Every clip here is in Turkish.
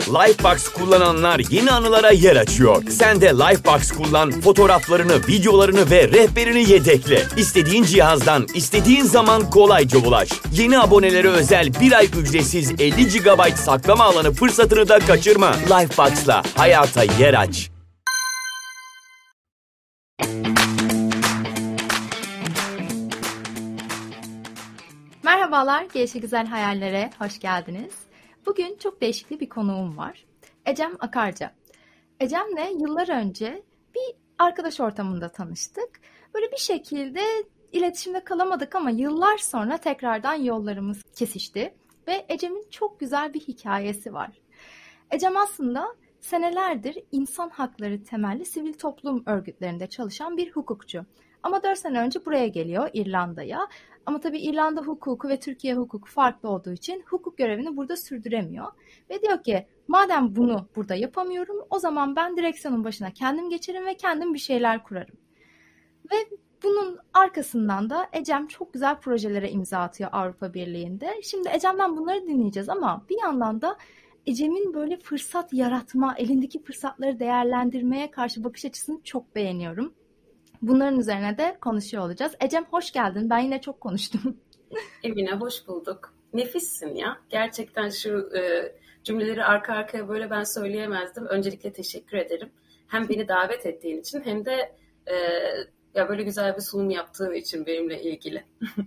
Lifebox kullananlar yeni anılara yer açıyor. Sen de Lifebox kullan, fotoğraflarını, videolarını ve rehberini yedekle. İstediğin cihazdan, istediğin zaman kolayca ulaş. Yeni abonelere özel 1 ay ücretsiz 50 GB saklama alanı fırsatını da kaçırma. Lifebox'la hayata yer aç. Merhabalar, Gelişi Güzel Hayallere hoş geldiniz. Bugün çok değişik bir konuğum var. Ecem Akarca. Ecem'le yıllar önce bir arkadaş ortamında tanıştık. Böyle bir şekilde iletişimde kalamadık ama yıllar sonra tekrardan yollarımız kesişti. Ve Ecem'in çok güzel bir hikayesi var. Ecem aslında senelerdir insan hakları temelli sivil toplum örgütlerinde çalışan bir hukukçu. Ama 4 sene önce buraya geliyor, İrlanda'ya. Ama tabii İrlanda hukuku ve Türkiye hukuku farklı olduğu için hukuk görevini burada sürdüremiyor. Ve diyor ki madem bunu burada yapamıyorum, o zaman ben direksiyonun başına kendim geçerim ve kendim bir şeyler kurarım. Ve bunun arkasından da Ecem çok güzel projelere imza atıyor Avrupa Birliği'nde. Şimdi Ecem'den bunları dinleyeceğiz ama bir yandan da Ecem'in böyle fırsat yaratma, elindeki fırsatları değerlendirmeye karşı bakış açısını çok beğeniyorum. Bunların üzerine de konuşuyor olacağız. Ecem hoş geldin. Ben yine çok konuştum. Emine hoş bulduk. Nefissin ya. Gerçekten şu cümleleri arka arkaya böyle ben söyleyemezdim. Öncelikle teşekkür ederim. Hem beni davet ettiğin için hem de ya böyle güzel bir sunum yaptığın için benimle ilgili.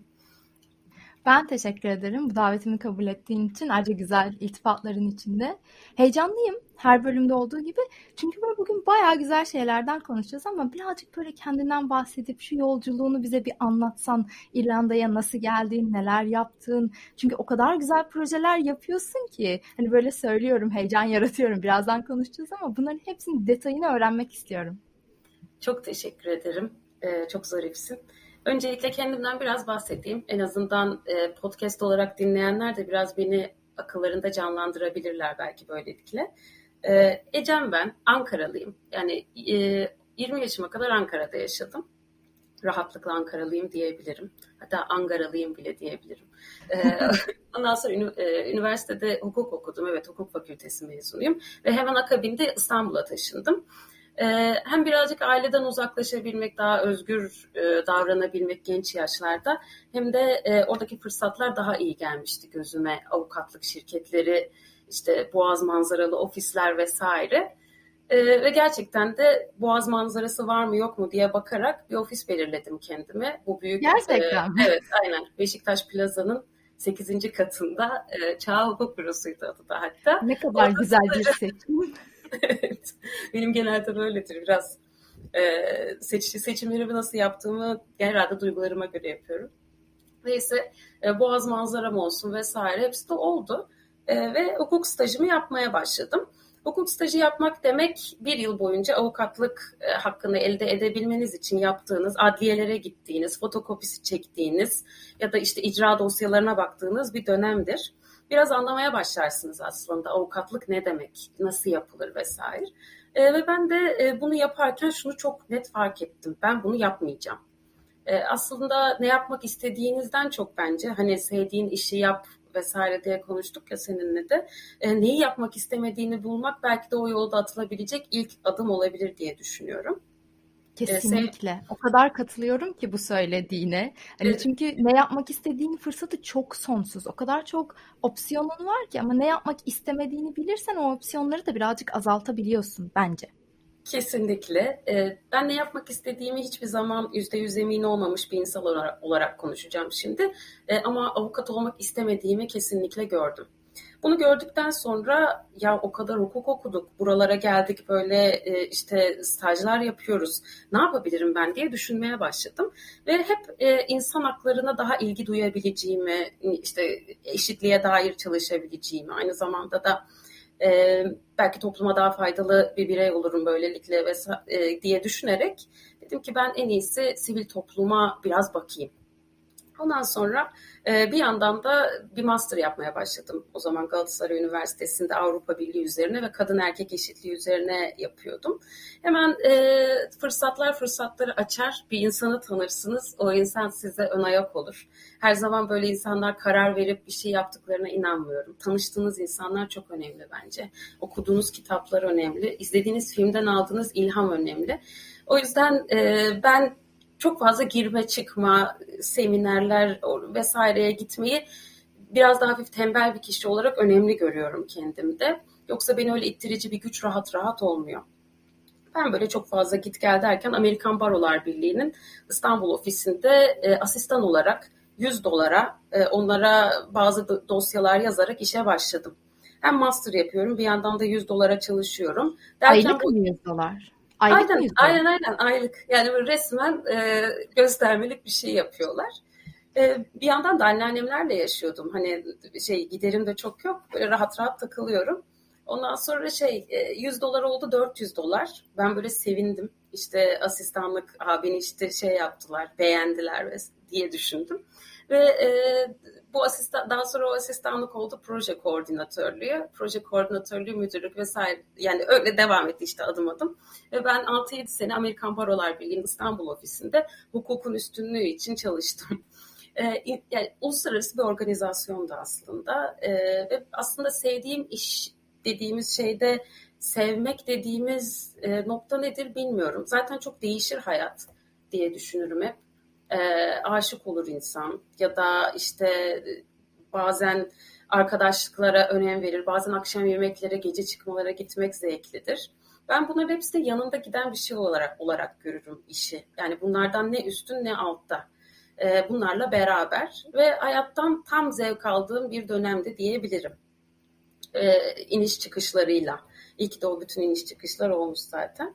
Ben teşekkür ederim bu davetimi kabul ettiğin için. Ayrıca güzel iltifatların için de. Heyecanlıyım her bölümde olduğu gibi. Çünkü böyle bugün bayağı güzel şeylerden konuşacağız ama birazcık böyle kendinden bahsedip şu yolculuğunu bize bir anlatsan. İrlanda'ya nasıl geldin, neler yaptın? Çünkü o kadar güzel projeler yapıyorsun ki. Hani böyle söylüyorum, heyecan yaratıyorum. Birazdan konuşacağız ama bunların hepsinin detayını öğrenmek istiyorum. Çok teşekkür ederim. Çok zarifsin. Öncelikle kendimden biraz bahsedeyim. En azından podcast olarak dinleyenler de biraz beni akıllarında canlandırabilirler belki böylelikle. Ecem ben, Ankaralıyım. Yani 20 yaşıma kadar Ankara'da yaşadım. Rahatlıkla Ankaralıyım diyebilirim. Hatta Angaralıyım bile diyebilirim. Ondan sonra üniversitede hukuk okudum. Evet, hukuk fakültesi mezunuyum. Ve hemen akabinde İstanbul'a taşındım. Hem birazcık aileden uzaklaşabilmek, daha özgür davranabilmek genç yaşlarda hem de oradaki fırsatlar daha iyi gelmişti gözüme. Avukatlık şirketleri, işte Boğaz manzaralı ofisler vesaire. Ve gerçekten de Boğaz manzarası var mı yok mu diye bakarak bir ofis belirledim kendime. Bu büyük. Gerçekten. Evet, aynen. Beşiktaş Plaza'nın 8. katında Çağ Hukuk Bürosu'ydu adı da hatta. Ne kadar güzel bir seçim. Evet. Benim genelde böyledir. Biraz seçimlerimi nasıl yaptığımı herhalde duygularıma göre yapıyorum. Neyse Boğaz manzaram olsun vesaire hepsi de oldu. Ve hukuk stajımı yapmaya başladım. Hukuk stajı yapmak demek 1 yıl boyunca avukatlık hakkını elde edebilmeniz için yaptığınız, adliyelere gittiğiniz, fotokopisi çektiğiniz ya da işte icra dosyalarına baktığınız bir dönemdir. Biraz anlamaya başlarsınız aslında avukatlık ne demek, nasıl yapılır vesaire. Ve ben de bunu yaparken şunu çok net fark ettim. Ben bunu yapmayacağım. Aslında ne yapmak istediğinizden çok bence hani sevdiğin işi yap vesaire diye konuştuk ya seninle de. Neyi yapmak istemediğini bulmak belki de o yolda atılabilecek ilk adım olabilir diye düşünüyorum. Kesinlikle. O kadar katılıyorum ki bu söylediğine. Hani çünkü ne yapmak istediğin fırsatı çok sonsuz. O kadar çok opsiyonun var ki ama ne yapmak istemediğini bilirsen o opsiyonları da birazcık azaltabiliyorsun bence. Kesinlikle. Ben ne yapmak istediğimi hiçbir zaman %100 emin olmamış bir insan olarak konuşacağım şimdi. Ama avukat olmak istemediğimi kesinlikle gördüm. Bunu gördükten sonra ya o kadar hukuk okuduk, buralara geldik böyle işte stajlar yapıyoruz. Ne yapabilirim ben diye düşünmeye başladım. Ve hep insan haklarına daha ilgi duyabileceğimi, işte eşitliğe dair çalışabileceğimi, aynı zamanda da belki topluma daha faydalı bir birey olurum böylelikle diye düşünerek dedim ki ben en iyisi sivil topluma biraz bakayım. Ondan sonra bir yandan da bir master yapmaya başladım. O zaman Galatasaray Üniversitesi'nde Avrupa Birliği üzerine ve kadın erkek eşitliği üzerine yapıyordum. Hemen fırsatları açar, bir insanı tanırsınız, o insan size ön ayak olur. Her zaman böyle insanlar karar verip bir şey yaptıklarına inanmıyorum. Tanıştığınız insanlar çok önemli bence. Okuduğunuz kitaplar önemli, izlediğiniz filmden aldığınız ilham önemli. O yüzden ben çok fazla girme çıkma, seminerler vesaireye gitmeyi biraz daha hafif tembel bir kişi olarak önemli görüyorum kendimde. Yoksa beni öyle ittirici bir güç rahat olmuyor. Ben böyle çok fazla git gel derken Amerikan Barolar Birliği'nin İstanbul ofisinde asistan olarak $100 onlara bazı dosyalar yazarak işe başladım. Hem master yapıyorum, bir yandan da $100 çalışıyorum. Derken aylık mı $100? Aynen aylık. Yani böyle resmen göstermelik bir şey yapıyorlar. Bir yandan da anneannemlerle yaşıyordum. Hani giderim de çok yok. Böyle rahat takılıyorum. Ondan sonra $100 oldu $400. Ben böyle sevindim. İşte asistanlık beni işte yaptılar, beğendiler diye düşündüm. Ve daha sonra o asistanlık oldu, proje koordinatörlüğü, müdürlük vesaire. Yani öyle devam etti işte adım adım. Ve ben 6-7 sene Amerikan Barolar Birliği'nin İstanbul ofisinde hukukun üstünlüğü için çalıştım. Yani uluslararası bir organizasyondu aslında. Ve aslında sevdiğim iş dediğimiz şeyde sevmek dediğimiz nokta nedir bilmiyorum. Zaten çok değişir hayat diye düşünürüm hep. Aşık olur insan ya da işte bazen arkadaşlıklara önem verir, bazen akşam yemeklere, gece çıkmalara gitmek zevklidir. Ben bunların hepsi de yanında giden bir şey olarak görürüm işi. Yani bunlardan ne üstün ne altta. Bunlarla beraber ve hayattan tam zevk aldığım bir dönemde diyebilirim. İniş çıkışlarıyla. İyi ki de o bütün iniş çıkışlar olmuş zaten.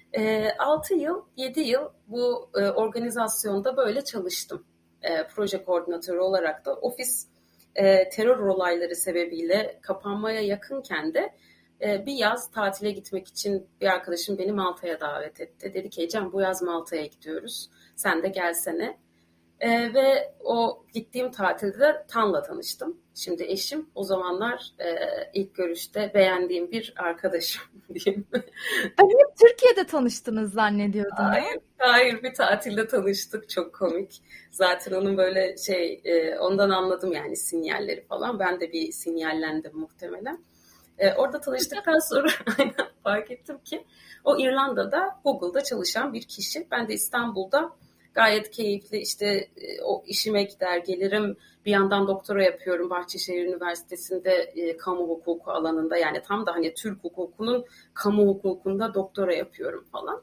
6 yıl, 7 yıl bu organizasyonda böyle çalıştım. Proje koordinatörü olarak da ofis terör olayları sebebiyle kapanmaya yakınken de bir yaz tatile gitmek için bir arkadaşım beni Malta'ya davet etti. Dedi ki Ecem bu yaz Malta'ya gidiyoruz. Sen de gelsene. Ve o gittiğim tatilde de Tan'la tanıştım. Şimdi eşim, o zamanlar ilk görüşte beğendiğim bir arkadaşım diyeyim. Ben hep Türkiye'de tanıştınız zannediyordum. Hayır, bir tatilde tanıştık, çok komik. Zaten onun böyle ondan anladım yani sinyalleri falan. Ben de bir sinyallendim muhtemelen. Orada tanıştıktan sonra fark ettim ki o İrlanda'da Google'da çalışan bir kişi. Ben de İstanbul'da gayet keyifli işte o işime gider gelirim. Bir yandan doktora yapıyorum Bahçeşehir Üniversitesi'nde kamu hukuku alanında. Yani tam da hani Türk hukukunun kamu hukukunda doktora yapıyorum falan.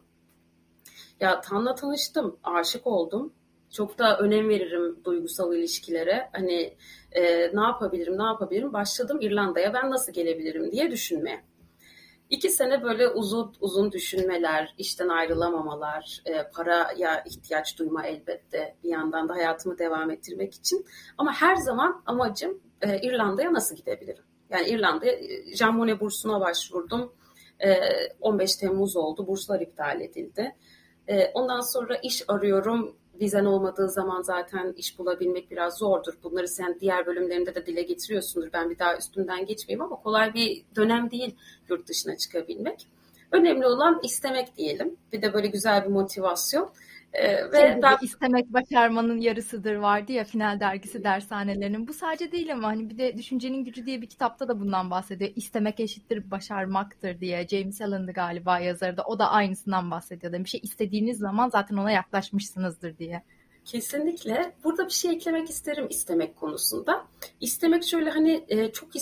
Ya Tan'la tanıştım, aşık oldum. Çok da önem veririm duygusal ilişkilere. Hani ne yapabilirim? Başladım İrlanda'ya ben nasıl gelebilirim diye düşünmeye. 2 sene böyle uzun düşünmeler, işten ayrılamamalar, paraya ihtiyaç duyma elbette bir yandan da hayatımı devam ettirmek için. Ama her zaman amacım İrlanda'ya nasıl gidebilirim? Yani İrlanda'ya Jean Monnet bursuna başvurdum. 15 Temmuz oldu, burslar iptal edildi. Ondan sonra iş arıyorum. Vizen olmadığı zaman zaten iş bulabilmek biraz zordur. Bunları sen diğer bölümlerinde de dile getiriyorsundur. Ben bir daha üstünden geçmeyeyim ama kolay bir dönem değil yurt dışına çıkabilmek. Önemli olan istemek diyelim. Bir de böyle güzel bir motivasyon. Ve istemek başarmanın yarısıdır vardı ya Final Dergisi dershanelerinin. Bu sadece değil ama hani bir de Düşüncenin Gücü diye bir kitapta da bundan bahsediyor. İstemek eşittir başarmaktır diye. James Allen'dı galiba yazarı da. O da aynısından bahsediyor. Bir şey istediğiniz zaman zaten ona yaklaşmışsınızdır diye. Kesinlikle. Burada bir şey eklemek isterim istemek konusunda. İstemek şöyle hani çok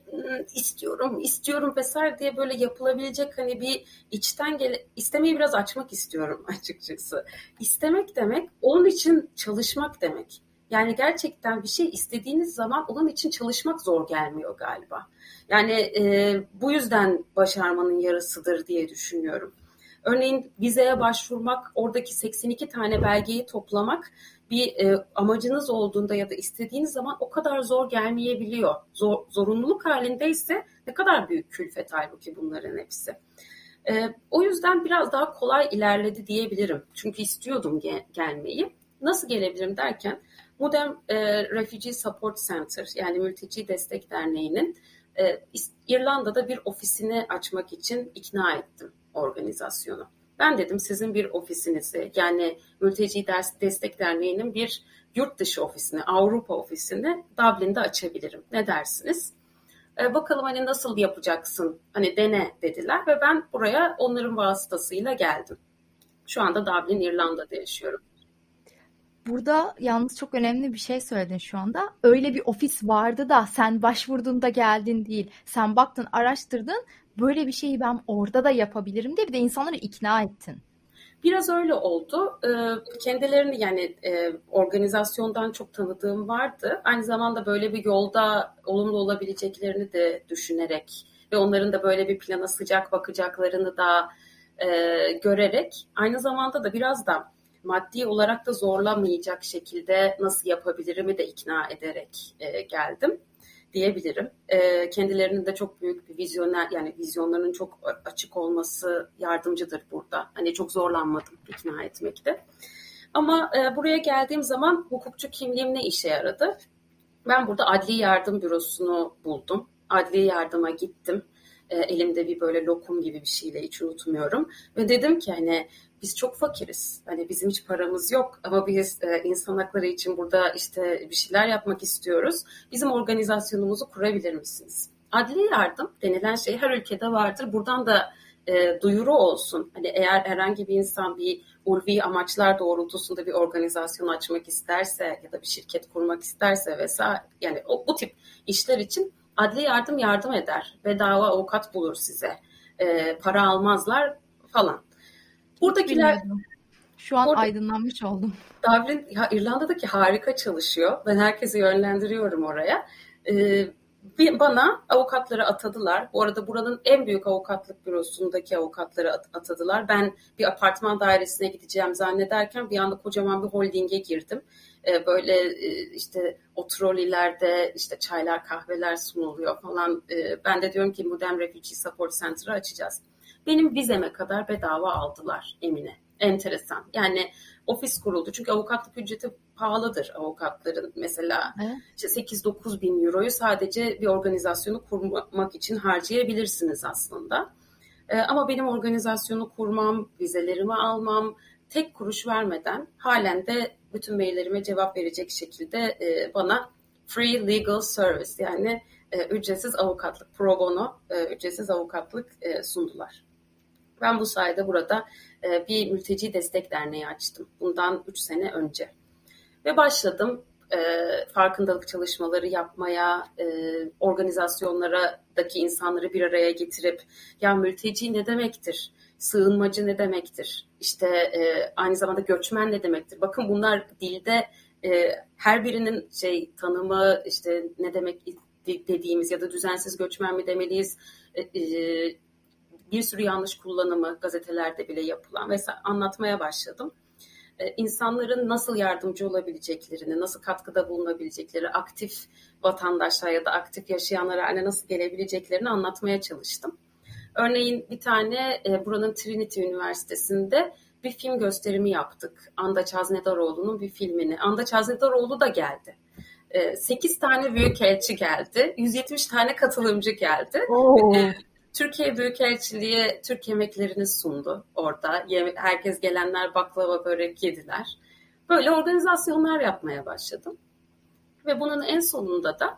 istiyorum vesaire diye böyle yapılabilecek hani bir içten istemeyi biraz açmak istiyorum açıkçası. İstemek demek onun için çalışmak demek. Yani gerçekten bir şey istediğiniz zaman onun için çalışmak zor gelmiyor galiba. Yani bu yüzden başarmanın yarısıdır diye düşünüyorum. Örneğin vizeye başvurmak, oradaki 82 tane belgeyi toplamak bir amacınız olduğunda ya da istediğiniz zaman o kadar zor gelmeyebiliyor. Zorunluluk halindeyse ne kadar büyük külfet halbuki bunların hepsi. O yüzden biraz daha kolay ilerledi diyebilirim. Çünkü istiyordum gelmeyi. Nasıl gelebilirim derken Mudem Refugee Support Center, yani Mülteci Destek Derneği'nin İrlanda'da bir ofisini açmak için ikna ettim organizasyonu. Ben dedim sizin bir ofisinizi, yani Mülteci Destek Derneği'nin bir yurt dışı ofisini, Avrupa ofisini Dublin'de açabilirim. Ne dersiniz? Bakalım hani nasıl yapacaksın, hani dene dediler ve ben buraya onların vasıtasıyla geldim. Şu anda Dublin, İrlanda'da yaşıyorum. Burada yalnız çok önemli bir şey söyledin şu anda. Öyle bir ofis vardı da sen başvurduğunda geldin değil. Sen baktın, araştırdın. Böyle bir şeyi ben orada da yapabilirim diye bir de insanları ikna ettin. Biraz öyle oldu. Kendilerini yani organizasyondan çok tanıdığım vardı. Aynı zamanda böyle bir yolda olumlu olabileceklerini de düşünerek ve onların da böyle bir plana sıcak bakacaklarını da görerek, aynı zamanda da biraz da maddi olarak da zorlamayacak şekilde nasıl yapabilirimi de ikna ederek geldim diyebilirim. Kendilerinin de çok büyük bir vizyoner, yani vizyonlarının çok açık olması yardımcıdır burada. Hani çok zorlanmadım ikna etmekte. Ama buraya geldiğim zaman hukukçu kimliğim ne işe yaradı? Ben burada adli yardım bürosunu buldum. Adli yardıma gittim. Elimde bir böyle lokum gibi bir şeyle, hiç unutmuyorum. Ve dedim ki hani biz çok fakiriz. Hani bizim hiç paramız yok ama biz insan hakları için burada işte bir şeyler yapmak istiyoruz. Bizim organizasyonumuzu kurabilir misiniz? Adli yardım denilen şey her ülkede vardır. Buradan da duyuru olsun. Hani eğer herhangi bir insan bir ulvi amaçlar doğrultusunda bir organizasyon açmak isterse ya da bir şirket kurmak isterse vesaire, yani bu tip işler için adli yardım eder. Bedava avukat bulur size. Para almazlar falan. Buradakiler Bilmiyordum. Şu an burada aydınlanmış oldum. Dublin, İrlanda'daki harika çalışıyor. Ben herkesi yönlendiriyorum oraya. Ee, Bana avukatları atadılar. Bu arada buranın en büyük avukatlık bürosundaki avukatları atadılar. Ben bir apartman dairesine gideceğim zannederken bir anda kocaman bir holdinge girdim. Böyle işte o trollilerde işte çaylar, kahveler sunuluyor falan. Ben de diyorum ki Mudem Refugee Support Center'ı açacağız. Benim vizeme kadar bedava aldılar Emine. Enteresan. Yani ofis kuruldu. Çünkü avukatlık ücreti pahalıdır avukatların. Mesela Evet. işte 8-9 bin euroyu sadece bir organizasyonu kurmak için harcayabilirsiniz aslında. Ama benim organizasyonu kurmam, vizelerimi almam, tek kuruş vermeden halen de bütün maillerime cevap verecek şekilde bana free legal service, yani ücretsiz avukatlık, pro bono ücretsiz avukatlık sundular. Ben bu sayede burada bir mülteci destek derneği açtım. Bundan 3 sene önce. Ve başladım farkındalık çalışmaları yapmaya, organizasyonlardaki insanları bir araya getirip, ya mülteci ne demektir? Sığınmacı ne demektir? İşte aynı zamanda göçmen ne demektir? Bakın bunlar dilde her birinin tanımı, işte ne demek dediğimiz ya da düzensiz göçmen mi demeliyiz? Bir sürü yanlış kullanımı gazetelerde bile yapılan vesaire anlatmaya başladım. İnsanların nasıl yardımcı olabileceklerini, nasıl katkıda bulunabilecekleri, aktif vatandaşlar ya da aktif yaşayanlar haline nasıl gelebileceklerini anlatmaya çalıştım. Örneğin bir tane buranın Trinity Üniversitesi'nde bir film gösterimi yaptık. Andaç Haznedaroğlu'nun bir filmini. Andaç Haznedaroğlu da geldi. 8 tane büyükelçi geldi. 170 tane katılımcı geldi. Türkiye Büyükelçiliği Türk yemeklerini sundu orada. Herkes, gelenler baklava, börek yediler. Böyle organizasyonlar yapmaya başladım. Ve bunun en sonunda da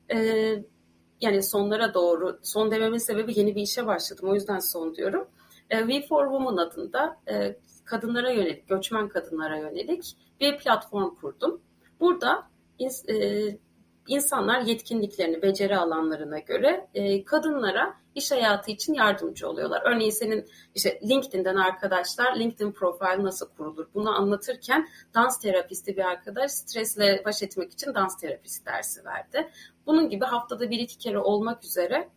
yani sonlara doğru, son dememin sebebi yeni bir işe başladım. O yüzden son diyorum. We for Women adında kadınlara yönelik, göçmen kadınlara yönelik bir platform kurdum. Burada insanlar yetkinliklerini, beceri alanlarına göre kadınlara iş hayatı için yardımcı oluyorlar. Örneğin senin işte LinkedIn'den arkadaşlar LinkedIn profil nasıl kurulur? Bunu anlatırken dans terapisti bir arkadaş stresle baş etmek için dans terapisi dersi verdi. Bunun gibi haftada 1-2 kere olmak üzere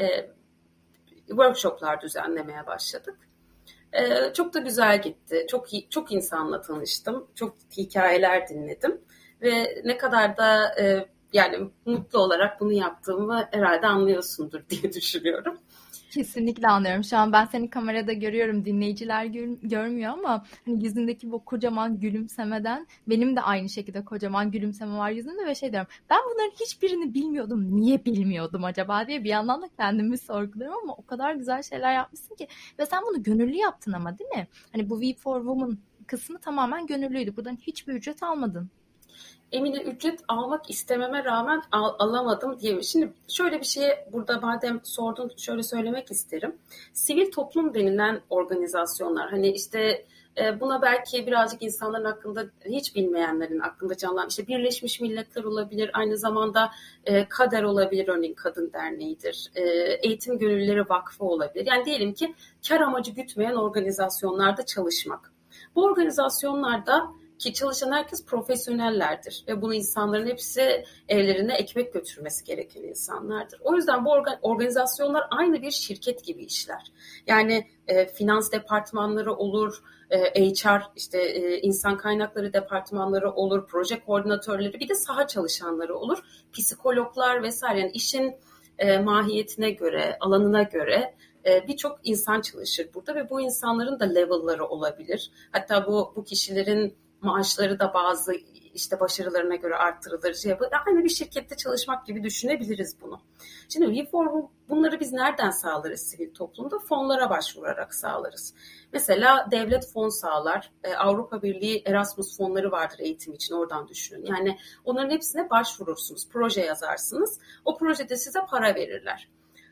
workshoplar düzenlemeye başladık. Çok da güzel gitti. Çok insanla tanıştım. Çok hikayeler dinledim. Ve ne kadar da Yani mutlu olarak bunu yaptığımı herhalde anlıyorsundur diye düşünüyorum. Kesinlikle anlıyorum. Şu an ben seni kamerada görüyorum. Dinleyiciler görmüyor ama hani yüzündeki bu kocaman gülümsemeden benim de aynı şekilde kocaman gülümseme var yüzümde ve şey diyorum. Ben bunların hiçbirini bilmiyordum. Niye bilmiyordum acaba diye bir yandan da kendimi sorguluyorum ama o kadar güzel şeyler yapmışsın ki ve sen bunu gönüllü yaptın ama değil mi? Hani bu We for Women kısmı tamamen gönüllüydü. Buradan hiçbir ücret almadın. Emine, ücret almak istememe rağmen alamadım diye. Şimdi şöyle bir şeye burada madem sordun şöyle söylemek isterim. Sivil toplum denilen organizasyonlar, hani işte buna belki birazcık insanların hakkında, hiç bilmeyenlerin aklında canlanan, işte Birleşmiş Milletler olabilir, aynı zamanda KADER olabilir, örneğin Kadın Derneği'dir, Eğitim Gönüllüleri Vakfı olabilir. Yani diyelim ki kar amacı gütmeyen organizasyonlarda çalışmak. Bu organizasyonlarda ki çalışan herkes profesyonellerdir ve bunu insanların hepsi evlerine ekmek götürmesi gereken insanlardır. O yüzden bu organizasyonlar aynı bir şirket gibi işler. Yani finans departmanları olur, HR, işte insan kaynakları departmanları olur, proje koordinatörleri, bir de saha çalışanları olur, psikologlar vesaire. Yani işin mahiyetine göre, alanına göre birçok insan çalışır burada ve bu insanların da level'ları olabilir. Hatta bu kişilerin maaşları da bazı işte başarılarına göre arttırılır. Aynı bir şirkette çalışmak gibi düşünebiliriz bunu. Şimdi reform, bunları biz nereden sağlarız sivil toplumda? Fonlara başvurarak sağlarız. Mesela devlet fon sağlar. Avrupa Birliği Erasmus fonları vardır eğitim için, oradan düşünün. Yani onların hepsine başvurursunuz. Proje yazarsınız. O projede size para verirler.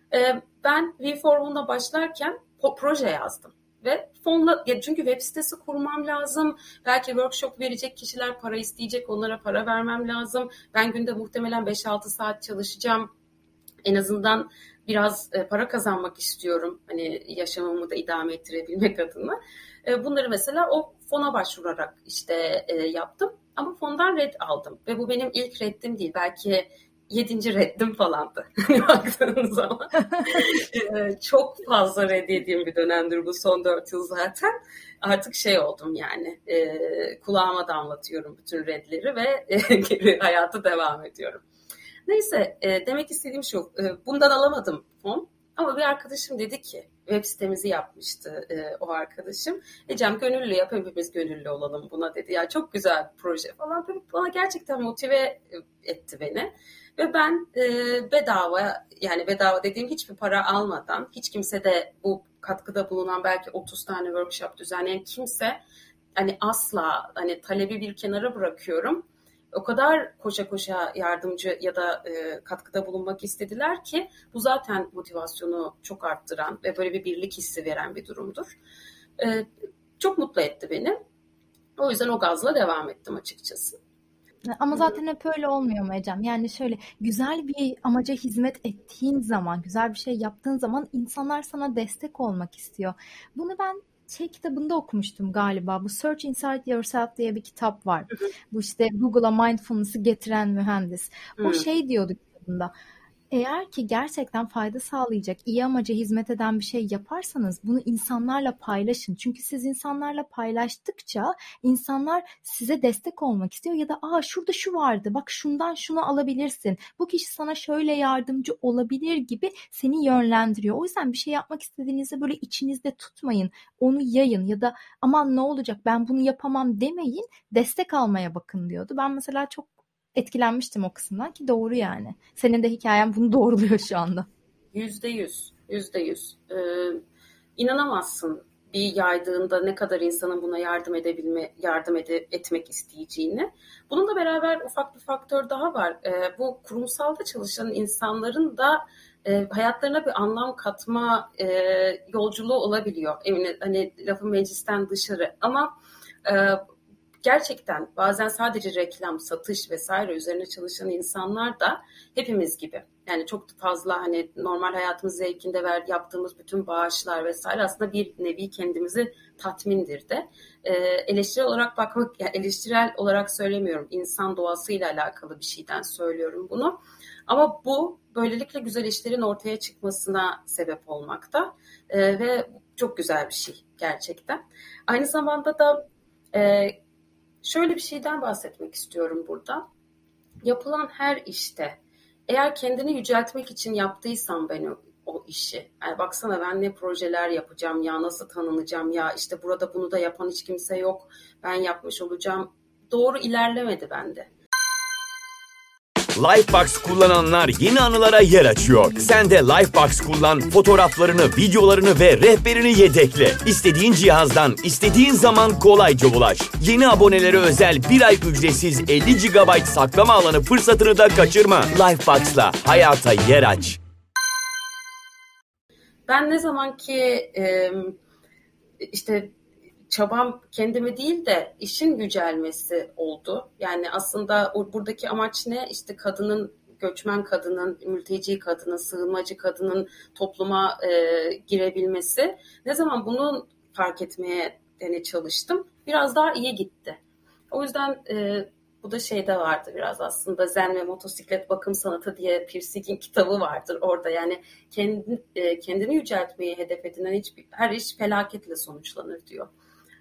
Ben WeForWomen'a başlarken proje yazdım. Ve fonla, çünkü web sitesi kurmam lazım. Belki workshop verecek kişiler para isteyecek, onlara para vermem lazım. Ben günde muhtemelen 5-6 saat çalışacağım. En azından biraz para kazanmak istiyorum. Hani yaşamımı da idame ettirebilmek adına. Bunları mesela o fona başvurarak işte yaptım. Ama fondan red aldım. Ve bu benim ilk reddim değil. Belki 7. reddim falandı. Baktığınız zaman. Çok fazla reddediğim bir dönemdir bu son 4 yıl zaten. Artık şey oldum yani. Kulağıma damlatıyorum bütün redleri ve geri hayata devam ediyorum. Neyse, demek istediğim şu. Bundan alamadım fon. Ama bir arkadaşım dedi ki, web sitemizi yapmıştı o arkadaşım. Ecem, gönüllü yap, hepimiz gönüllü olalım buna dedi. Ya çok güzel bir proje falan. Bana gerçekten motive etti beni. Ve ben bedava, yani bedava dediğim hiçbir para almadan, hiç kimse de bu katkıda bulunan, belki 30 tane workshop düzenleyen kimse, hani asla, hani talebi bir kenara bırakıyorum. O kadar koşa koşa yardımcı ya da katkıda bulunmak istediler ki bu zaten motivasyonu çok arttıran ve böyle bir birlik hissi veren bir durumdur. Çok mutlu etti beni. O yüzden o gazla devam ettim açıkçası. Ama zaten hep öyle olmuyor mu Ecem? Yani şöyle güzel bir amaca hizmet ettiğin zaman, güzel bir şey yaptığın zaman insanlar sana destek olmak istiyor. Bunu ben şey kitabında okumuştum galiba. Bu Search Inside Yourself diye bir kitap var. Bu işte Google'a mindfulness'ı getiren mühendis. O şey diyordu kitabında. Eğer ki gerçekten fayda sağlayacak, iyi amaca hizmet eden bir şey yaparsanız bunu insanlarla paylaşın. Çünkü siz insanlarla paylaştıkça insanlar size destek olmak istiyor ya da şurada şu vardı, bak şundan şunu alabilirsin. Bu kişi sana şöyle yardımcı olabilir gibi seni yönlendiriyor. O yüzden bir şey yapmak istediğinizde böyle içinizde tutmayın. Onu yayın ya da aman ne olacak ben bunu yapamam demeyin. Destek almaya bakın diyordu. Ben mesela çok etkilenmiştim o kısımdan ki doğru yani. Senin de hikayen bunu doğruluyor şu anda. %100, %100. İnanamazsın bir yaydığında ne kadar insanın buna etmek isteyeceğini. Bununla beraber ufak bir faktör daha var. Bu kurumsalda çalışan insanların da hayatlarına bir anlam katma yolculuğu olabiliyor. Eminim hani lafın meclisten dışarı ama gerçekten bazen sadece reklam, satış vesaire üzerine çalışan insanlar da hepimiz gibi. Yani çok fazla hani normal hayatımız zevkinde yaptığımız bütün bağışlar vesaire aslında bir nevi kendimizi tatmindir de. Eleştirel olarak bakmak, yani eleştirel olarak söylemiyorum. İnsan doğasıyla alakalı bir şeyden söylüyorum bunu. Ama bu böylelikle güzel işlerin ortaya çıkmasına sebep olmakta. Ve çok güzel bir şey gerçekten. Aynı zamanda da şöyle bir şeyden bahsetmek istiyorum burada. yapılan her işte eğer kendini yüceltmek için yaptıysam ben o işi. Yani baksana ben ne projeler yapacağım ya, nasıl tanınacağım ya, işte burada bunu da yapan hiç kimse yok. Ben yapmış olacağım. Doğru ilerlemedi bende. Lifebox kullananlar yeni anılara yer açıyor. Sen de Lifebox kullan, fotoğraflarını, videolarını ve rehberini yedekle. İstediğin cihazdan, istediğin zaman kolayca ulaş. Yeni abonelere özel 1 ay ücretsiz 50 GB saklama alanı fırsatını da kaçırma. Lifebox'la hayata yer aç. Ben ne zaman ki işte çabam kendimi değil de işin yücelmesi oldu. Yani aslında buradaki amaç ne? İşte kadının, göçmen kadının, mülteci kadının, sığınmacı kadının topluma girebilmesi. Ne zaman bunu fark etmeye çalıştım, biraz daha iyi gitti. O yüzden bu da şeyde vardı biraz aslında, Zen ve Motosiklet Bakım Sanatı diye Pirsig'in kitabı vardır orada. Yani kendini yüceltmeyi hedef edinen her iş felaketle sonuçlanır diyor.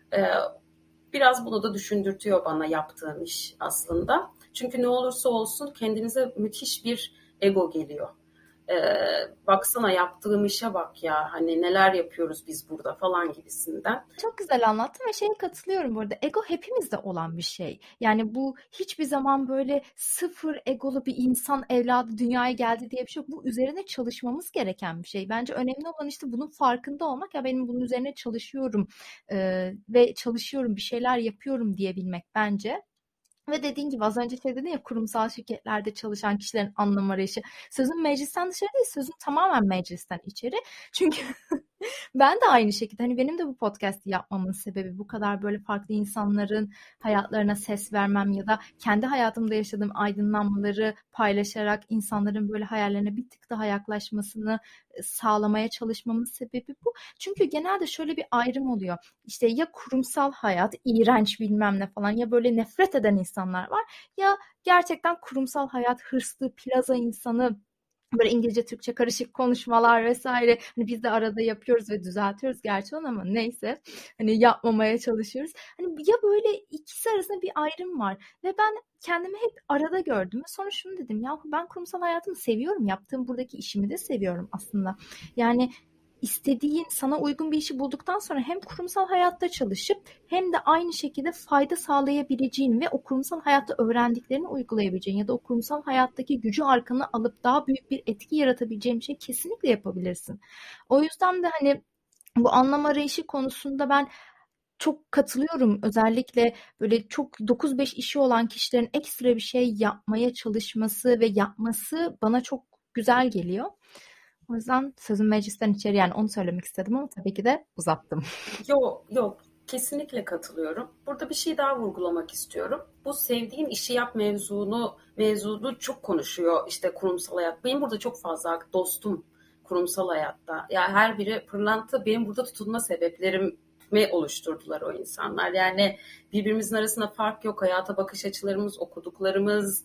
Biraz bunu da düşündürtüyor bana yaptığım iş aslında. Çünkü ne olursa olsun kendinize müthiş bir ego geliyor. Baksana yaptığım işe bak ya, hani neler yapıyoruz biz burada falan gibisinden. Çok güzel anlattın ve şeye katılıyorum bu arada. Ego hepimizde olan bir şey. Yani bu hiçbir zaman böyle sıfır egolu bir insan evladı dünyaya geldi diye bir şey yok. Bu üzerine çalışmamız gereken bir şey. Bence önemli olan işte bunun farkında olmak. Ya benim bunun üzerine çalışıyorum ve çalışıyorum, bir şeyler yapıyorum diyebilmek bence. Ve dediğin gibi az önce şey dedin ya, kurumsal şirketlerde çalışan kişilerin anlam arayışı. Sözün meclisten dışarı değil, sözün tamamen meclisten içeri. Çünkü ben de aynı şekilde, hani benim de bu podcast'i yapmamın sebebi bu kadar böyle farklı insanların hayatlarına ses vermem ya da kendi hayatımda yaşadığım aydınlanmaları paylaşarak insanların böyle hayallerine bir tık daha yaklaşmasını sağlamaya çalışmamın sebebi bu. Çünkü genelde şöyle bir ayrım oluyor. İşte ya kurumsal hayat iğrenç bilmem ne falan, ya böyle nefret eden insanlar var, ya gerçekten kurumsal hayat hırslı plaza insanı, böyle İngilizce Türkçe karışık konuşmalar vesaire. Hani biz de arada yapıyoruz ve düzeltiyoruz gerçi onu, ama neyse. Hani yapmamaya çalışıyoruz. Hani ya böyle ikisi arasında bir ayrım var ve ben kendimi hep arada gördüm ve sonra şunu dedim: ya ben kurumsal hayatımı seviyorum. Yaptığım buradaki işimi de seviyorum aslında. Yani istediğin, sana uygun bir işi bulduktan sonra hem kurumsal hayatta çalışıp hem de aynı şekilde fayda sağlayabileceğin ve o kurumsal hayatta öğrendiklerini uygulayabileceğin ya da o kurumsal hayattaki gücü arkana alıp daha büyük bir etki yaratabileceğin bir şey kesinlikle yapabilirsin. O yüzden de hani bu anlam arayışı konusunda ben çok katılıyorum. Özellikle böyle çok 9-5 işi olan kişilerin ekstra bir şey yapmaya çalışması ve yapması bana çok güzel geliyor. O yüzden sözün meclisten içeri, yani onu söylemek istedim ama tabii ki de uzattım. Yok, kesinlikle katılıyorum. Burada bir şey daha vurgulamak istiyorum. Bu sevdiğin işi yap mevzunu çok konuşuyor işte kurumsal hayat. Benim burada çok fazla dostum kurumsal hayatta. Yani her biri pırlanta, benim burada tutunma sebeplerimi oluşturdular o insanlar. Yani birbirimizin arasında fark yok. Hayata bakış açılarımız, okuduklarımız,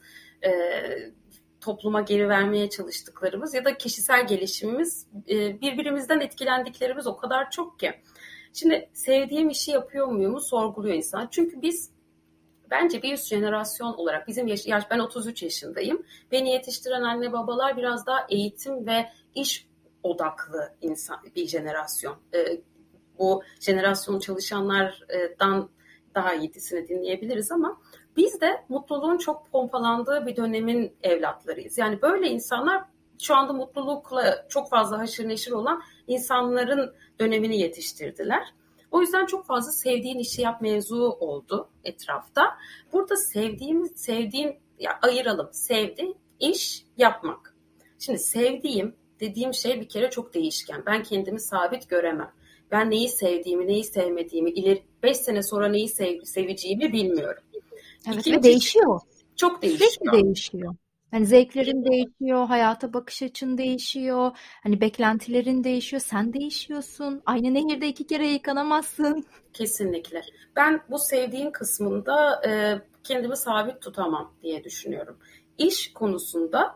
topluma geri vermeye çalıştıklarımız ya da kişisel gelişimimiz, birbirimizden etkilendiklerimiz o kadar çok ki. Şimdi sevdiğim işi yapıyor muyumu sorguluyor insan. Çünkü bence bir üst jenerasyon olarak bizim ben 33 yaşındayım. Beni yetiştiren anne babalar biraz daha eğitim ve iş odaklı bir jenerasyon. Bu jenerasyon çalışanlardan daha iyisini dinleyebiliriz ama biz de mutluluğun çok pompalandığı bir dönemin evlatlarıyız. Yani böyle insanlar şu anda mutlulukla çok fazla haşır neşir olan insanların dönemini yetiştirdiler. O yüzden çok fazla sevdiğin işi yap mevzu oldu etrafta. Burada sevdiğin ya ayıralım. Sevdiğin iş yapmak. Şimdi sevdiğim dediğim şey bir kere çok değişken. Ben kendimi sabit göremem. Ben neyi sevdiğimi, neyi sevmediğimi, 5 sene sonra neyi seveceğimi bilmiyorum. Evet, ve değişiyor. Çok değişiyor. Sürekli değişiyor. Hani zevklerin değişiyor, hayata bakış açın değişiyor, hani beklentilerin değişiyor, sen değişiyorsun. Aynı nehirde 2 kere yıkanamazsın. Kesinlikle. Ben bu sevdiğin kısmında kendimi sabit tutamam diye düşünüyorum. İş konusunda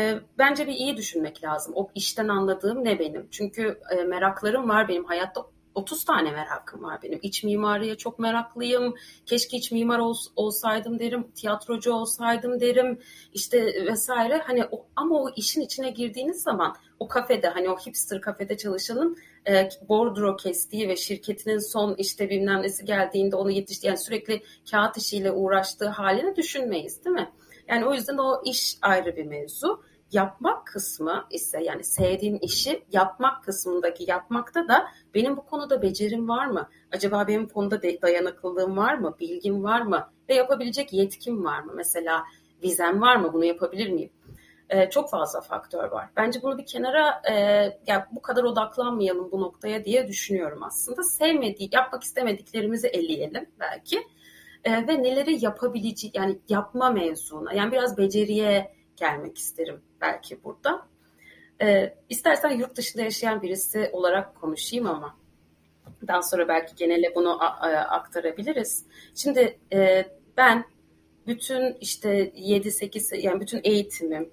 bence bir iyi düşünmek lazım. O işten anladığım ne benim? Çünkü meraklarım var benim hayatta. 30 tane merakım var benim. İç mimariye çok meraklıyım. Keşke iç mimar olsaydım derim. Tiyatrocu olsaydım derim. İşte vesaire. Hani ama o işin içine girdiğiniz zaman o kafede, hani o hipster kafede çalışanın bordro kestiği ve şirketinin son işte bilmem nesi geldiğinde onu yetişti. Yani sürekli kağıt işiyle uğraştığı halini düşünmeyiz, değil mi? Yani o yüzden o iş ayrı bir mevzu. Yapmak kısmı ise, yani sevdiğin işi yapmak kısmındaki yapmakta da benim bu konuda becerim var mı? Acaba benim bu konuda dayanıklılığım var mı? Bilgim var mı? Ve yapabilecek yetkim var mı? Mesela vizem var mı? Bunu yapabilir miyim? Çok fazla faktör var. Bence bunu bir kenara ya bu kadar odaklanmayalım bu noktaya diye düşünüyorum aslında. Yapmak istemediklerimizi eleyelim belki. Ve neleri yapabileceği, yani yapma mevzuna, yani biraz beceriye gelmek isterim belki burada. İstersen yurt dışında yaşayan birisi olarak konuşayım ama daha sonra belki genele bunu aktarabiliriz. Şimdi ben bütün işte 7-8, yani bütün eğitimim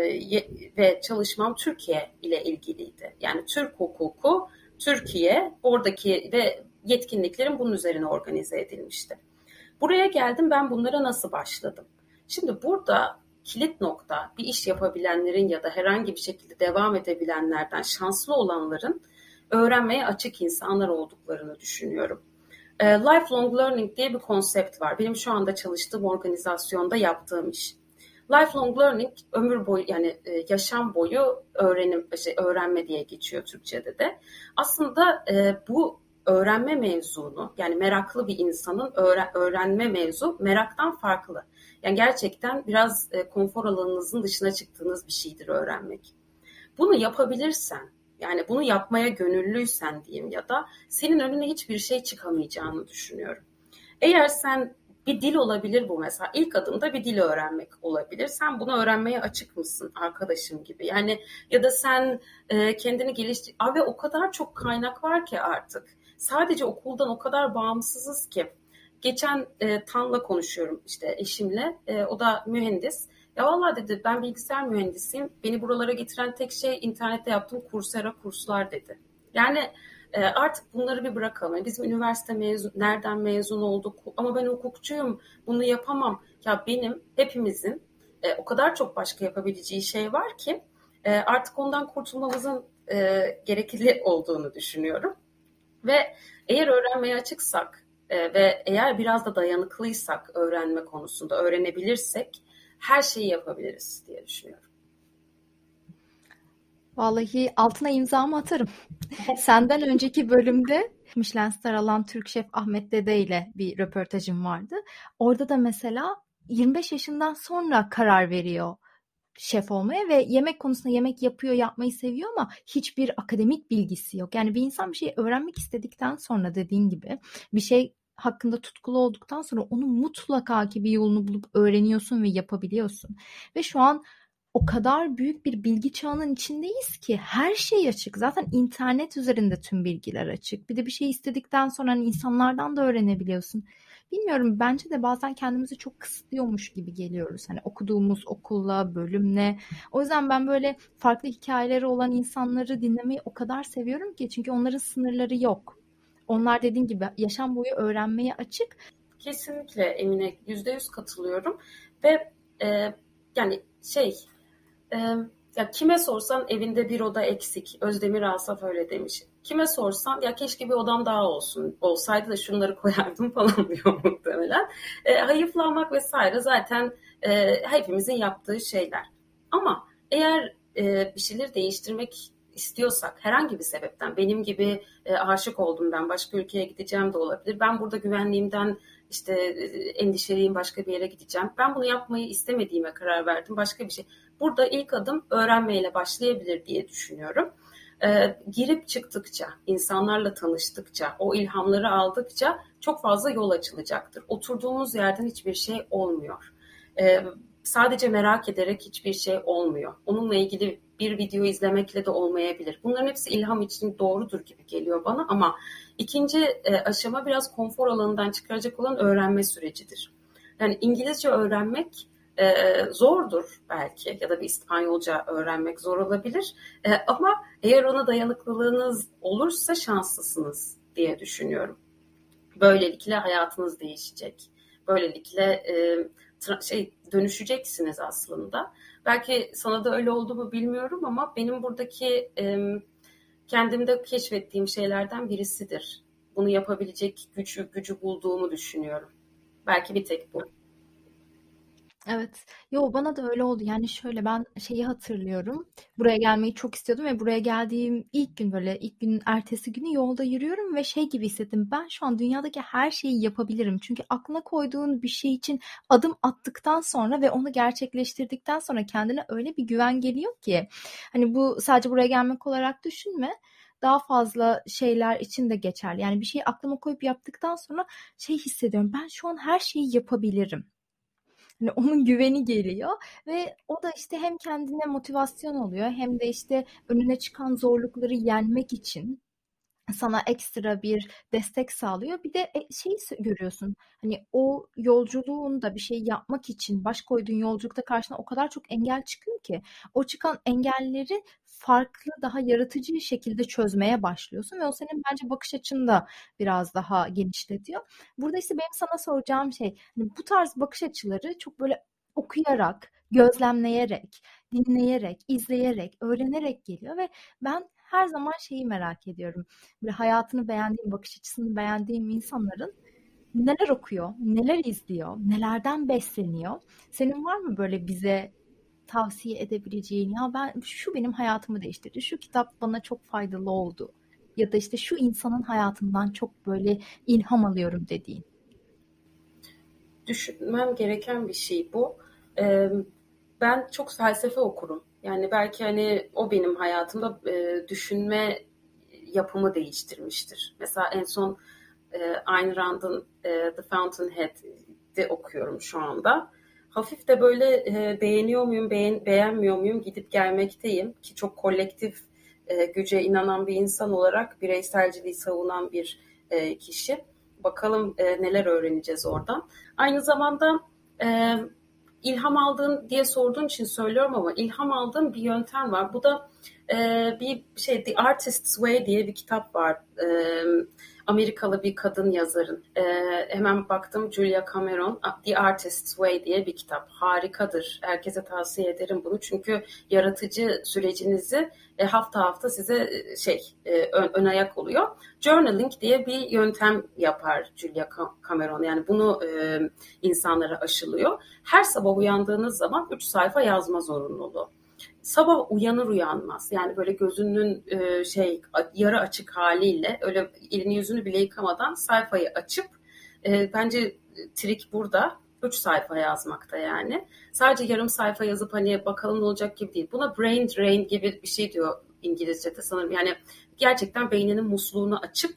ve çalışmam Türkiye ile ilgiliydi. Yani Türk hukuku, Türkiye, oradaki ve yetkinliklerim bunun üzerine organize edilmişti. Buraya geldim, ben bunlara nasıl başladım? Şimdi burada kilit nokta, bir iş yapabilenlerin ya da herhangi bir şekilde devam edebilenlerden şanslı olanların öğrenmeye açık insanlar olduklarını düşünüyorum. Lifelong learning diye bir konsept var. Benim şu anda çalıştığım organizasyonda yaptığım iş. Lifelong learning ömür boyu, yani yaşam boyu öğrenme diye geçiyor Türkçe'de de. Aslında bu öğrenme mevzunu, yani meraklı bir insanın öğrenme mevzu meraktan farklı. Yani gerçekten biraz konfor alanınızın dışına çıktığınız bir şeydir öğrenmek. Bunu yapabilirsen, yani bunu yapmaya gönüllüysen diyeyim, ya da senin önüne hiçbir şey çıkamayacağını düşünüyorum. Eğer sen bir dil olabilir bu mesela. İlk adımda bir dil öğrenmek olabilir. Sen bunu öğrenmeye açık mısın arkadaşım gibi? Yani ya da sen kendini geliştir. Abi o kadar çok kaynak var ki artık. Sadece okuldan o kadar bağımsızız ki. Geçen Tan'la konuşuyorum işte eşimle. O da mühendis. Ya vallahi dedi, ben bilgisayar mühendisiyim. Beni buralara getiren tek şey internette yaptığım Coursera kurslar dedi. Yani artık bunları bir bırakalım. Bizim üniversite nereden mezun olduk? Ama ben hukukçuyum, bunu yapamam. Ya hepimizin o kadar çok başka yapabileceği şey var ki artık ondan kurtulmamızın gerekli olduğunu düşünüyorum. Ve eğer öğrenmeye açıksak ve eğer biraz da dayanıklıysak öğrenme konusunda, öğrenebilirsek her şeyi yapabiliriz diye düşünüyorum. Vallahi altına imzamı atarım. Senden önceki bölümde Michelin star alan Türk şef Ahmet Dede ile bir röportajım vardı. Orada da mesela 25 yaşından sonra karar veriyor şef olmaya ve yemek konusunda yemek yapıyor, yapmayı seviyor ama hiçbir akademik bilgisi yok. Yani bir insan bir şey öğrenmek istedikten sonra, dediğin gibi, bir şey hakkında tutkulu olduktan sonra onu mutlaka ki bir yolunu bulup öğreniyorsun ve yapabiliyorsun. Ve şu an o kadar büyük bir bilgi çağının içindeyiz ki her şey açık. Zaten internet üzerinde tüm bilgiler açık. Bir de bir şey istedikten sonra hani insanlardan da öğrenebiliyorsun. Bilmiyorum, bence de bazen kendimizi çok kısıtlıyormuş gibi geliyoruz. Hani okuduğumuz okulla, bölümle. O yüzden ben böyle farklı hikayeleri olan insanları dinlemeyi o kadar seviyorum ki. Çünkü onların sınırları yok. Onlar, dediğin gibi, yaşam boyu öğrenmeye açık. Kesinlikle Emine, %100 katılıyorum. Ve yani ya kime sorsan evinde bir oda eksik. Özdemir Asaf öyle demiş. Kime sorsan ya keşke bir odam daha olsaydı da şunları koyardım falan diyor muhtemelen. Hayıflanmak vesaire zaten hepimizin yaptığı şeyler. Ama eğer bir şeyleri değiştirmek istiyorsak, herhangi bir sebepten, benim gibi aşık oldum, ben başka ülkeye gideceğim de olabilir. Ben burada güvenliğimden işte endişeliyim, başka bir yere gideceğim. Ben bunu yapmayı istemediğime karar verdim, başka bir şey. Burada ilk adım öğrenmeyle başlayabilir diye düşünüyorum. Girip çıktıkça, insanlarla tanıştıkça, o ilhamları aldıkça çok fazla yol açılacaktır. Oturduğumuz yerden hiçbir şey olmuyor. Sadece merak ederek hiçbir şey olmuyor. Onunla ilgili bir video izlemekle de olmayabilir. Bunların hepsi ilham için doğrudur gibi geliyor bana, ama ikinci aşama biraz konfor alanından çıkaracak olan öğrenme sürecidir. Yani İngilizce öğrenmek zordur belki, ya da bir İspanyolca öğrenmek zor olabilir. Ama eğer ona dayanıklılığınız olursa şanslısınız diye düşünüyorum. Böylelikle hayatınız değişecek. Böylelikle dönüşeceksiniz aslında. Belki sana da öyle oldu mu bilmiyorum ama benim buradaki kendimde keşfettiğim şeylerden birisidir. Bunu yapabilecek gücü bulduğumu düşünüyorum. Belki bir tek bu. Evet. Yo, bana da öyle oldu. Yani şöyle, ben şeyi hatırlıyorum. Buraya gelmeyi çok istiyordum ve buraya geldiğim ilk gün, böyle ilk günün ertesi günü yolda yürüyorum ve şey gibi hissettim. Ben şu an dünyadaki her şeyi yapabilirim. Çünkü aklına koyduğun bir şey için adım attıktan sonra ve onu gerçekleştirdikten sonra kendine öyle bir güven geliyor ki. Hani bu sadece buraya gelmek olarak düşünme. Daha fazla şeyler için de geçerli. Yani bir şeyi aklıma koyup yaptıktan sonra şey hissediyorum. Ben şu an her şeyi yapabilirim. Hani onun güveni geliyor ve o da işte hem kendine motivasyon oluyor hem de işte önüne çıkan zorlukları yenmek için sana ekstra bir destek sağlıyor. Bir de şeyi görüyorsun. Hani o yolculuğunda bir şey yapmak için baş koyduğun yolculukta karşına o kadar çok engel çıkıyor ki o çıkan engelleri farklı, daha yaratıcı şekilde çözmeye başlıyorsun ve o senin bence bakış açını da biraz daha genişletiyor. Burada işte benim sana soracağım şey, hani bu tarz bakış açıları çok böyle okuyarak, gözlemleyerek, dinleyerek, izleyerek, öğrenerek geliyor ve ben her zaman şeyi merak ediyorum. Böyle hayatını beğendiğim, bakış açısını beğendiğim insanların neler okuyor, neler izliyor, nelerden besleniyor? Senin var mı böyle bize tavsiye edebileceğin, ya ben şu benim hayatımı değiştirdi, şu kitap bana çok faydalı oldu ya da işte şu insanın hayatından çok böyle ilham alıyorum dediğin? Düşünmem gereken bir şey bu. Ben çok felsefe okurum. Yani belki hani o benim hayatımda düşünme yapımı değiştirmiştir. Mesela en son Ayn Rand'ın The Fountainhead'i okuyorum şu anda. Hafif de böyle beğeniyor muyum, beğenmiyor muyum gidip gelmekteyim. Ki çok kolektif güce inanan bir insan olarak bireyselciliği savunan bir kişi. Bakalım neler öğreneceğiz oradan. Aynı zamanda e, ilham aldığın diye sorduğun için söylüyorum ama ilham aldığım bir yöntem var. Bu da bir şey, The Artist's Way diye bir kitap var. Amerikalı bir kadın yazarın. Hemen baktım, Julia Cameron, The Artist's Way diye bir kitap. Harikadır. Herkese tavsiye ederim bunu. Çünkü yaratıcı sürecinizi hafta hafta size ön ayak oluyor. Journaling diye bir yöntem yapar Julia Cameron. Yani bunu insanlara aşılıyor. Her sabah uyandığınız zaman 3 sayfa yazma zorunluluğu. Sabah uyanır uyanmaz, yani böyle gözünün yarı açık haliyle, öyle elini yüzünü bile yıkamadan sayfayı açıp bence trik burada 3 sayfa yazmakta yani. Sadece yarım sayfa yazıp hani bakalım ne olacak gibi değil. Buna brain drain gibi bir şey diyor İngilizce'de sanırım. Yani gerçekten beyninin musluğunu açıp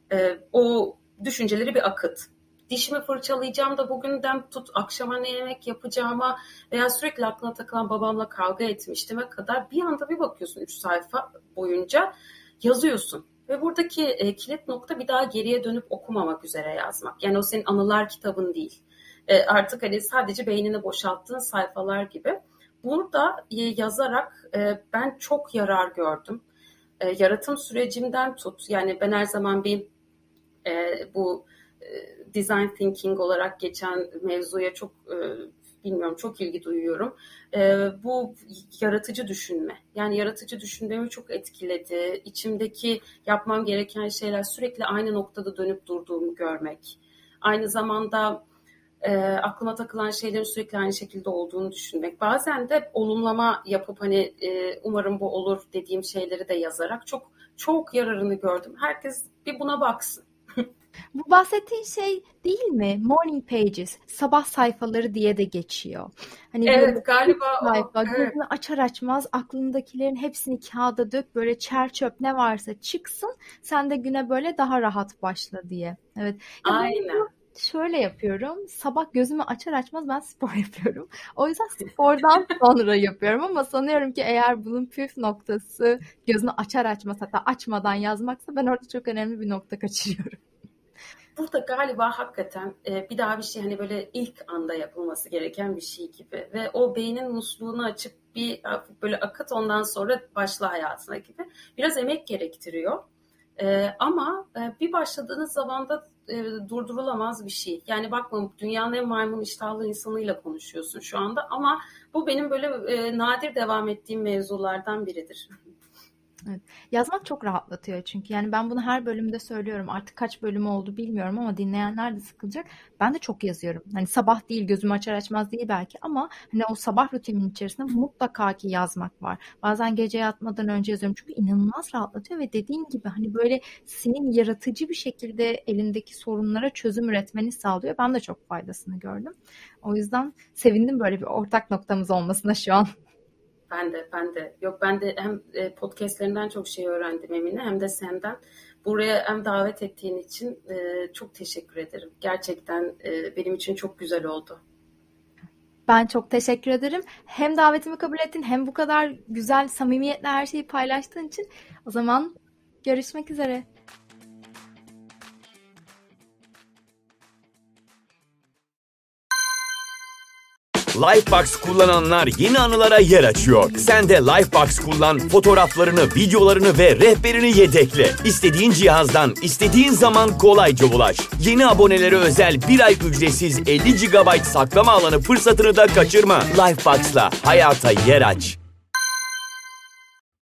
o düşünceleri bir akıt. Dişimi fırçalayacağım da bugünden tut akşama ne yemek yapacağıma veya sürekli aklına takılan babamla kavga etmiştime kadar bir anda bir bakıyorsun 3 sayfa boyunca yazıyorsun. Ve buradaki kilit nokta bir daha geriye dönüp okumamak üzere yazmak. Yani o senin anılar kitabın değil. Artık hani sadece beynini boşalttığın sayfalar gibi. Burada yazarak ben çok yarar gördüm. Yaratım sürecimden tut. Yani ben her zaman bir bu design thinking olarak geçen mevzuya çok bilmiyorum, çok ilgi duyuyorum. Bu yaratıcı düşünme. Yani yaratıcı düşünmemi çok etkiledi. İçimdeki yapmam gereken şeyler, sürekli aynı noktada dönüp durduğumu görmek. Aynı zamanda aklıma takılan şeylerin sürekli aynı şekilde olduğunu düşünmek. Bazen de olumlama yapıp hani umarım bu olur dediğim şeyleri de yazarak çok çok yararını gördüm. Herkes bir buna baksın. Bu bahsettiğin şey değil mi? Morning pages, sabah sayfaları diye de geçiyor. Hani böyle Evet, üç galiba o. sayfa, Evet. gözünü açar açmaz aklındakilerin hepsini kağıda dök, böyle çer çöp ne varsa çıksın, sen de güne böyle daha rahat başla diye. Evet. Ya ben Aynen. şöyle yapıyorum. Sabah gözümü açar açmaz ben spor yapıyorum. O yüzden spordan sonra yapıyorum ama sanıyorum ki eğer bunun püf noktası gözünü açar açmaz, hatta açmadan yazmaksa, ben orada çok önemli bir nokta kaçırıyorum. Burada galiba hakikaten bir daha bir şey, hani böyle ilk anda yapılması gereken bir şey gibi ve o beynin musluğunu açıp bir böyle akıt, ondan sonra başla hayatına gibi. Biraz emek gerektiriyor. Ama bir başladığınız zaman da durdurulamaz bir şey. Yani bakma, dünyanın en maymun iştahlı insanıyla konuşuyorsun şu anda ama bu benim böyle nadir devam ettiğim mevzulardan biridir. Evet. Yazmak çok rahatlatıyor çünkü. Yani ben bunu her bölümde söylüyorum. Artık kaç bölümü oldu bilmiyorum ama dinleyenler de sıkılacak. Ben de çok yazıyorum. Hani sabah değil, gözümü açar açmaz değil belki ama hani o sabah rutinin içerisinde mutlaka ki yazmak var. Bazen gece yatmadan önce yazıyorum çünkü inanılmaz rahatlatıyor ve dediğin gibi hani böyle senin yaratıcı bir şekilde elindeki sorunlara çözüm üretmeni sağlıyor. Ben de çok faydasını gördüm. O yüzden sevindim böyle bir ortak noktamız olmasına şu an. Ben de. Yok, ben de hem podcastlerinden çok şey öğrendim Emine, hem de senden. Buraya hem davet ettiğin için çok teşekkür ederim. Gerçekten benim için çok güzel oldu. Ben çok teşekkür ederim. Hem davetimi kabul ettin hem bu kadar güzel samimiyetle her şeyi paylaştığın için. O zaman görüşmek üzere. Lifebox kullananlar yeni anılara yer açıyor. Sen de Lifebox kullan, fotoğraflarını, videolarını ve rehberini yedekle. İstediğin cihazdan, istediğin zaman kolayca ulaş. Yeni abonelere özel 1 ay ücretsiz 50 GB saklama alanı fırsatını da kaçırma. Lifebox'la hayata yer aç.